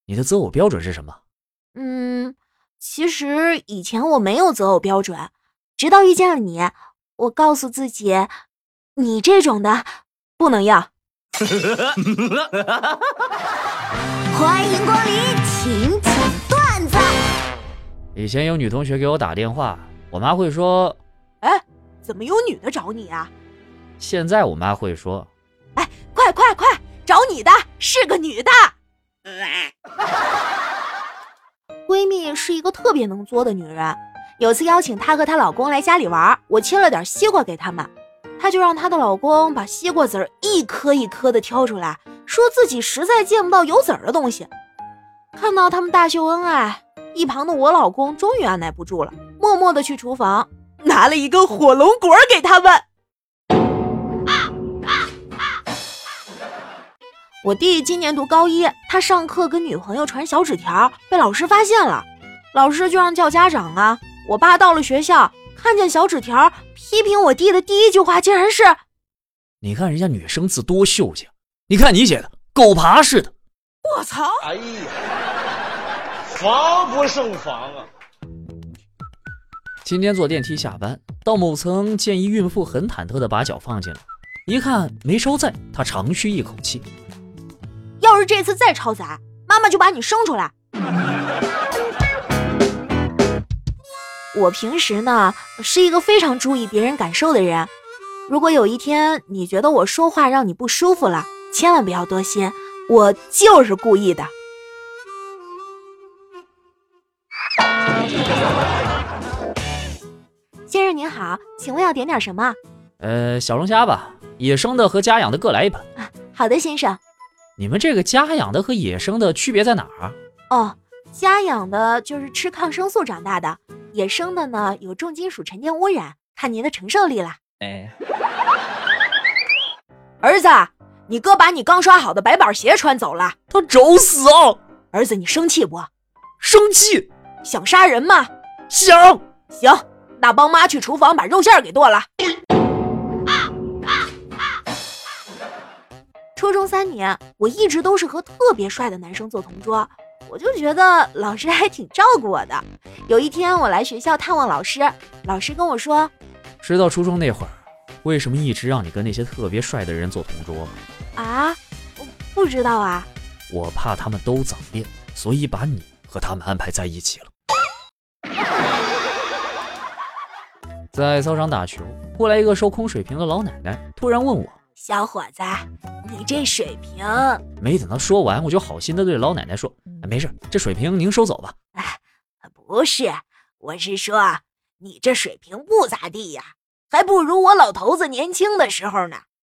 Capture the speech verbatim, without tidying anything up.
你的择偶标准是什么？ 嗯，其实以前我没有择偶标准，直到遇见了你，我告诉自己，你这种的不能要。 欢迎光临请讲段子。 以前有女同学给我打电话，我妈会说， 哎，怎么有女的找你啊？ 现在我妈会说， 哎，快快快，找你的是个女的。闺蜜是一个特别能作的女人，有次邀请她和她老公来家里玩，我切了点西瓜给他们，她就让她的老公把西瓜籽儿一颗一颗的挑出来，说自己实在见不到有籽儿的东西。看到他们大秀恩爱，一旁的我老公终于按耐不住了，默默的去厨房拿了一个火龙果给他们。我弟今年读高一，他上课跟女朋友传小纸条，被老师发现了，老师就让叫家长啊。我爸到了学校，看见小纸条，批评我弟的第一句话竟然是： 你看人家女生字多秀气，你看你写的狗爬似的。 我操！ 哎呀，防不胜防啊！ 今天坐电梯下班，到某层见一孕妇很忐忑地把脚放进来，一看没超载，她长吁一口气。 要是这次再超载，妈妈就把你生出来。我平时呢是一个非常注意别人感受的人，如果有一天你觉得我说话让你不舒服了，千万不要多心，我就是故意的。先生您好，请问要点点什么？ 呃，小龙虾吧，野生的和家养的各来一盆。 啊，好的先生。 你们这个家养的和野生的区别在哪儿？ 哦，家养的就是吃抗生素长大的，野生的呢有重金属沉淀污染，看您的承受力了。 哎， 儿子，你哥把你刚刷好的白板鞋穿走了， 他找死啊！ 儿子，你生气不？ 生气。 想杀人吗？ 想。 行，那帮妈去厨房把肉馅给剁了。初中三年，我一直都是和特别帅的男生做同桌，我就觉得老师还挺照顾我的。有一天我来学校探望老师，老师跟我说， 知道初中那会儿为什么一直让你跟那些特别帅的人做同桌吗？ 啊，我不知道啊。 我怕他们都早恋，所以把你和他们安排在一起了。在操场打球，过来一个收空水瓶的老奶奶，突然问我， 小伙子，你这水瓶…… 没等他说完，我就好心的对老奶奶说，没事，这水瓶您收走吧。 哎，不是，我是说你这水平不咋地呀，还不如我老头子年轻的时候呢。